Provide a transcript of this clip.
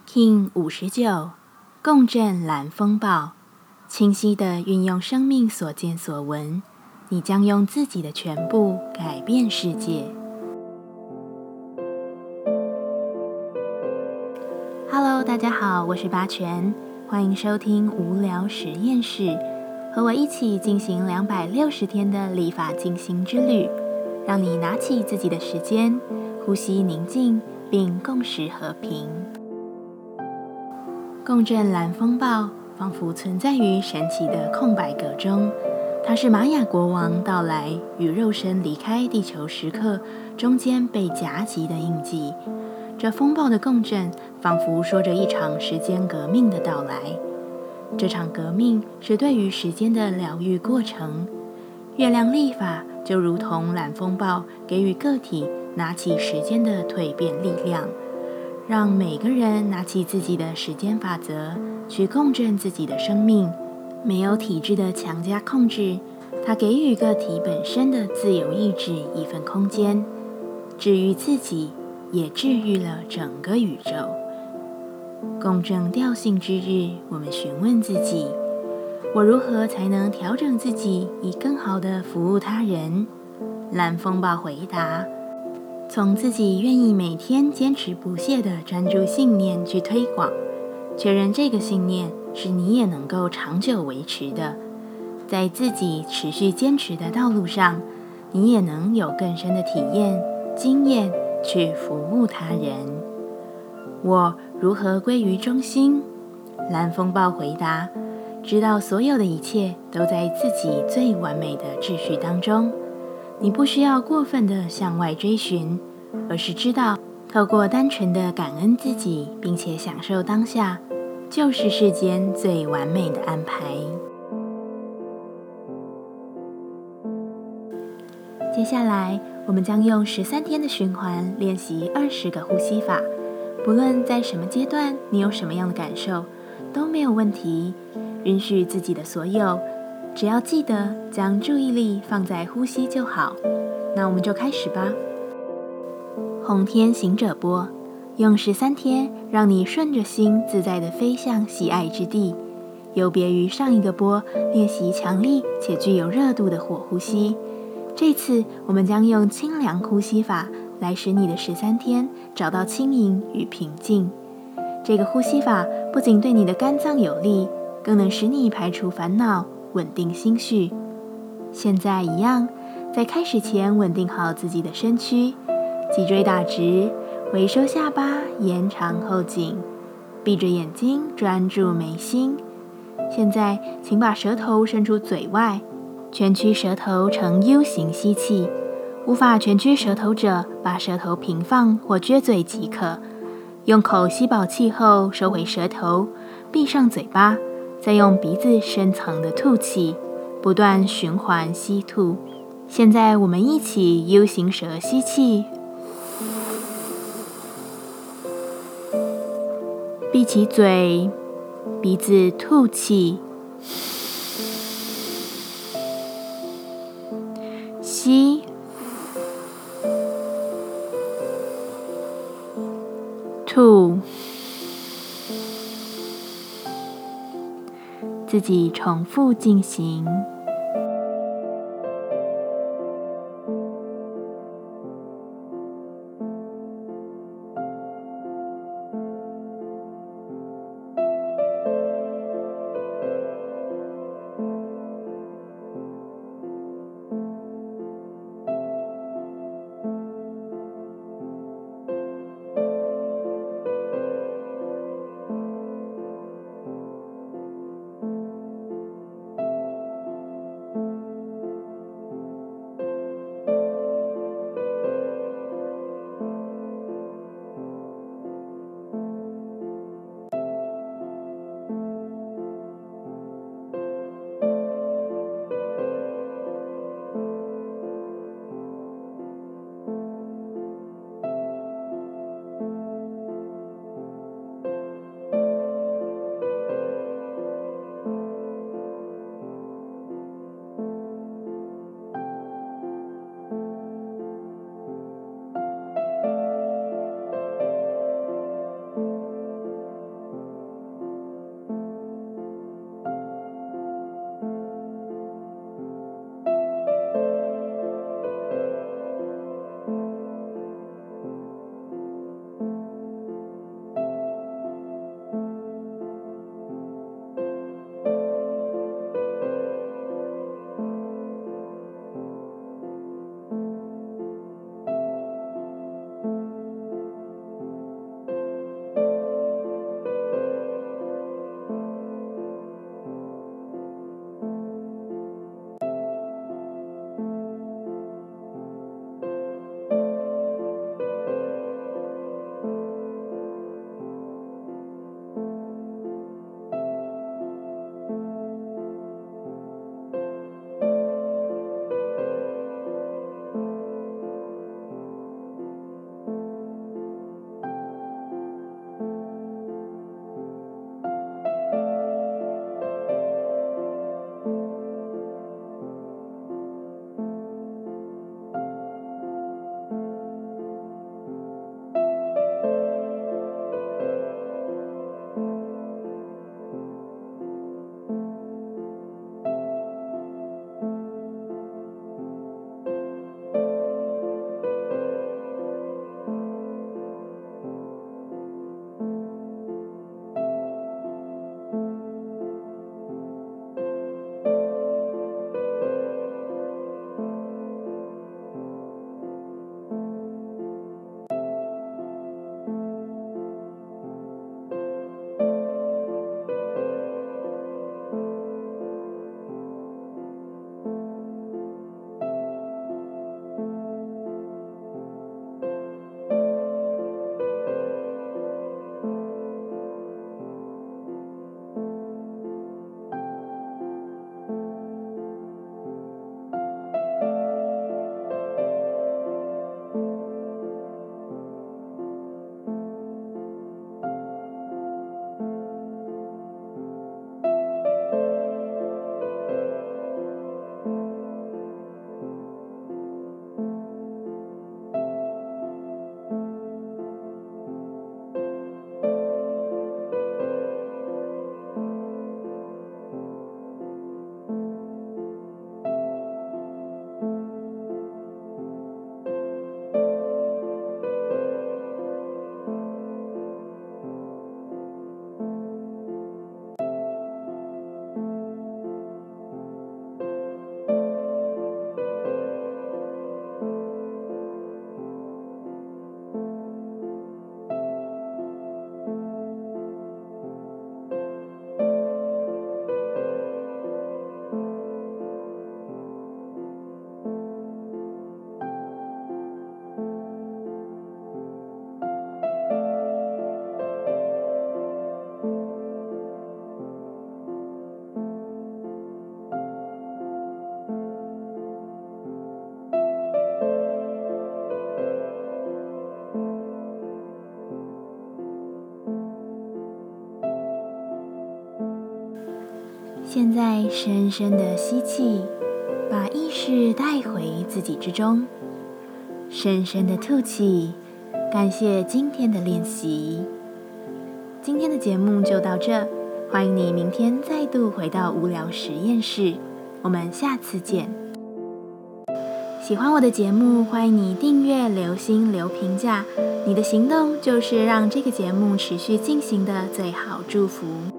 King 59共振蓝风暴，清晰地运用生命所见所闻，你将用自己的全部改变世界。Hello， 大家好，我是八全，欢迎收听无聊实验室，和我一起进行260天的立法进行之旅，让你拿起自己的时间，呼吸宁静，并共识和平。共振蓝风暴仿佛存在于神奇的空白格中，它是玛雅国王到来与肉身离开地球时刻中间被夹击的印记。这风暴的共振仿佛说着一场时间革命的到来。这场革命是对于时间的疗愈过程。月亮历法就如同蓝风暴，给予个体拿起时间的蜕变力量，让每个人拿起自己的时间法则，去共振自己的生命。没有体制的强加控制，它给予个体本身的自由意志一份空间，治愈自己，也治愈了整个宇宙。共振调性之日，我们询问自己：我如何才能调整自己，以更好地服务他人？蓝风暴回答：从自己愿意每天坚持不懈的专注信念去推广，确认这个信念是你也能够长久维持的。在自己持续坚持的道路上，你也能有更深的体验、经验去服务他人。我如何归于中心？蓝风暴回答：知道所有的一切都在自己最完美的秩序当中。你不需要过分地向外追寻，而是知道透过单纯的感恩自己，并且享受当下，就是世间最完美的安排。接下来我们将用13天的循环练习20个呼吸法，不论在什么阶段，你有什么样的感受都没有问题，允许自己的所有，只要记得将注意力放在呼吸就好。那我们就开始吧。红天行者波，用13天让你顺着心自在地飞向喜爱之地。有别于上一个波练习强力且具有热度的火呼吸，这次我们将用清凉呼吸法来使你的13天找到轻盈与平静。这个呼吸法不仅对你的肝脏有利，更能使你排除烦恼，稳定心绪。现在一样，在开始前稳定好自己的身躯，脊椎打直，微收下巴，延长后颈，闭着眼睛专注眉心。现在请把舌头伸出嘴外，蜷曲舌头呈 U 型吸气。无法蜷曲舌头者，把舌头平放或撅嘴即可。用口吸饱气后收回舌头，闭上嘴巴，再用鼻子深层的吐气，不断循环吸吐。现在我们一起 U 型舌吸气，闭起嘴，鼻子吐气，吸，吐，自己重复进行。 现在深深的吸气，把意识带回自己之中，深深的吐气，感谢今天的练习。今天的节目就到这，欢迎你明天再度回到无聊实验室，我们下次见。喜欢我的节目，欢迎你订阅、留心、留评价，你的行动就是让这个节目持续进行的最好祝福。